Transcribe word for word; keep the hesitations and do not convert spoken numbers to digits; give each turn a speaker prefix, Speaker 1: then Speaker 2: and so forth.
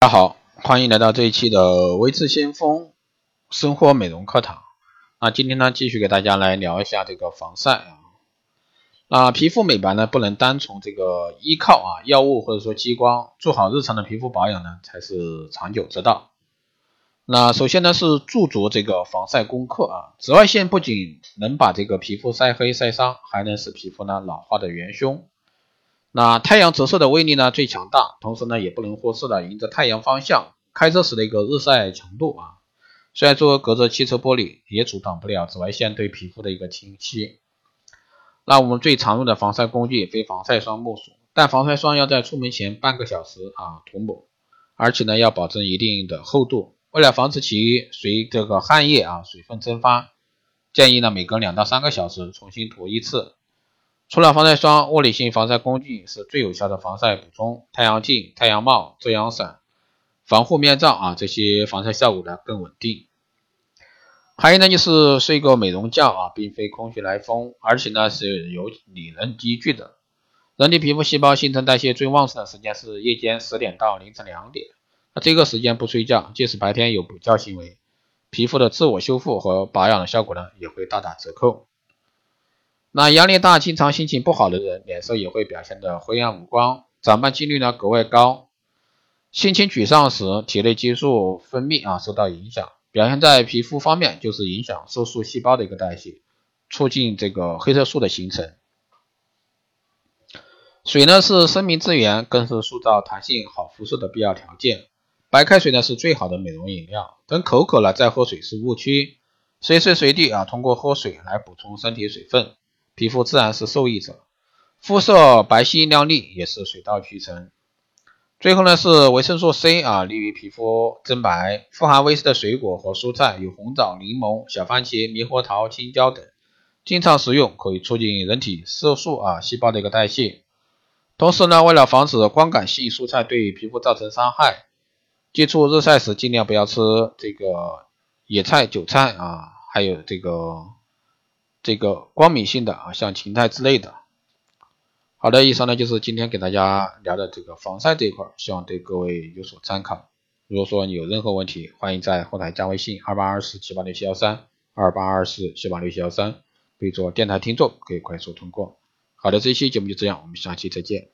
Speaker 1: 大家好，欢迎来到这一期的微智先锋生活美容课堂。那今天呢，继续给大家来聊一下这个防晒啊。那皮肤美白呢，不能单从这个依靠啊药物或者说激光，做好日常的皮肤保养呢，才是长久之道。那首先呢是注足这个防晒功课啊，紫外线不仅能把这个皮肤晒黑晒伤，还能使皮肤呢老化的元凶。那太阳折射的威力呢最强大，同时呢也不能忽视的迎着太阳方向开车时的一个日晒强度啊。虽然说隔着汽车玻璃，也阻挡不了紫外线对皮肤的一个侵袭。那我们最常用的防晒工具非防晒霜莫属，但防晒霜要在出门前半个小时啊涂抹，而且呢要保证一定的厚度。为了防止其随这个汗液啊水分蒸发，建议呢每隔两到三个小时重新涂一次。除了防晒霜，物理性防晒工具是最有效的防晒补充，太阳镜、太阳帽、遮阳伞、防护面罩啊，这些防晒效果呢更稳定。还有呢就是睡个美容觉啊，并非空穴来风，而且呢是有理论依据的。人体皮肤细胞新陈代谢最旺盛的时间是夜间十点到凌晨两点，那这个时间不睡觉，即使白天有补觉行为，皮肤的自我修复和保养的效果呢也会大打折扣。那压力大、经常心情不好的人，脸色也会表现得灰暗无光，长斑几率呢格外高。心情沮丧时，体内激素分泌啊受到影响，表现在皮肤方面就是影响色素细胞的一个代谢，促进这个黑色素的形成。水呢是生命之源，更是塑造弹性好肤色的必要条件。白开水呢是最好的美容饮料，等口渴了再喝水是误区。随时随地啊通过喝水来补充身体水分，皮肤自然是受益者，肤色白皙亮丽也是水到渠成。最后呢是维生素 C 啊，利于皮肤增白。富含维 C 的水果和蔬菜有红枣、柠檬、小番茄、猕猴桃、青椒等，经常食用可以促进人体色素啊细胞的一个代谢。同时呢，为了防止光感性蔬菜对皮肤造成伤害，接触日晒时尽量不要吃这个野菜、韭菜啊，还有这个这个光敏性的啊，像芹菜之类的。好的，以上呢就是今天给大家聊的这个防晒这一块，希望对各位有所参考。如果说你有任何问题，欢迎在后台加微信二八二四七八六七一三 二八二四七八六七一三，备注电台听众，可以快速通过。好的，这一期节目就这样，我们下期再见。